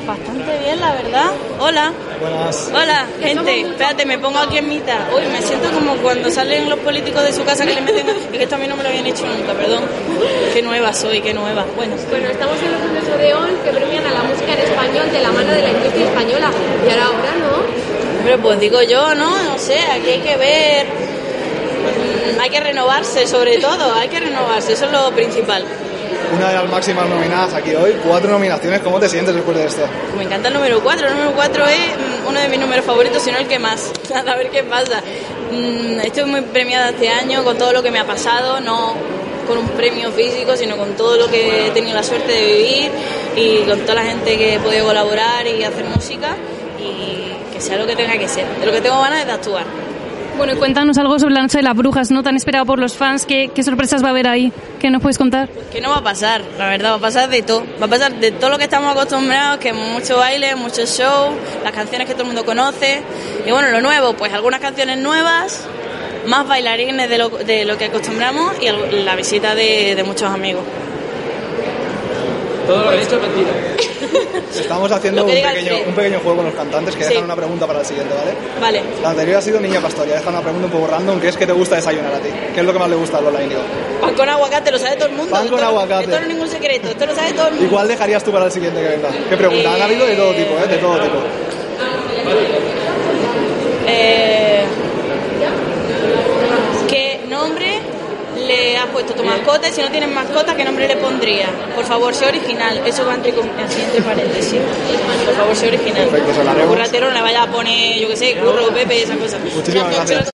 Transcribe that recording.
Bastante bien, la verdad. Hola. Buenas. Hola, gente. Espérate, me pongo aquí en mitad. Uy, me siento como cuando salen los políticos de su casa que le meten... Es que esto a mí no me lo habían hecho nunca, perdón. Qué nueva soy, qué nueva. Bueno, estamos en los premios Odeón que premian a la música en español de la mano de la industria española. Y ahora, ¿no? Hombre, pues digo yo, no sé, aquí hay que ver... Hay que renovarse, sobre todo, hay que renovarse, eso es lo principal. Una de las máximas nominadas aquí hoy, 4 nominaciones, ¿cómo te sientes después de esto? Me encanta el número 4, el número 4 es uno de mis números favoritos, si no el que más, a ver qué pasa. Estoy muy premiada este año con todo lo que me ha pasado, no con un premio físico, sino con todo lo que he tenido la suerte de vivir y con toda la gente que he podido colaborar y hacer música y que sea lo que tenga que ser. De lo que tengo ganas es de actuar. Bueno, y cuéntanos algo sobre la Noche de las Brujas, ¿no? Tan esperado por los fans, ¿qué sorpresas va a haber ahí? ¿Qué nos puedes contar? Que no va a pasar, la verdad, va a pasar de todo. Va a pasar de todo lo que estamos acostumbrados, que mucho baile, mucho show, las canciones que todo el mundo conoce. Y bueno, lo nuevo, pues algunas canciones nuevas, más bailarines de lo que acostumbramos y la visita de muchos amigos. Todo lo que he dicho es mentira. Estamos haciendo un pequeño juego con los cantantes que dejan una pregunta para el siguiente, ¿vale? Vale. La anterior ha sido Niña Pastoria, deja una pregunta un poco random, ¿qué es que te gusta desayunar a ti? ¿Qué es lo que más le gusta a Lola Índigo? Pan con aguacate, lo sabe todo el mundo. Pan con aguacate. Esto no es ningún secreto, esto lo sabe todo el mundo. ¿Y cuál dejarías tú para el siguiente que venga? ¿Qué pregunta? Han habido de todo tipo, de todo tipo. ¿Qué nombre le has puesto a tu mascota? Y si no tienes mascota, ¿qué nombre le pondrías? Por favor, sea original. Eso va entre paréntesis. Por favor, sea original. Perfecto, se lo haremos. Curratero no le vaya a poner, yo qué sé, Curro, Pepe, esas cosas. Muchísimas gracias.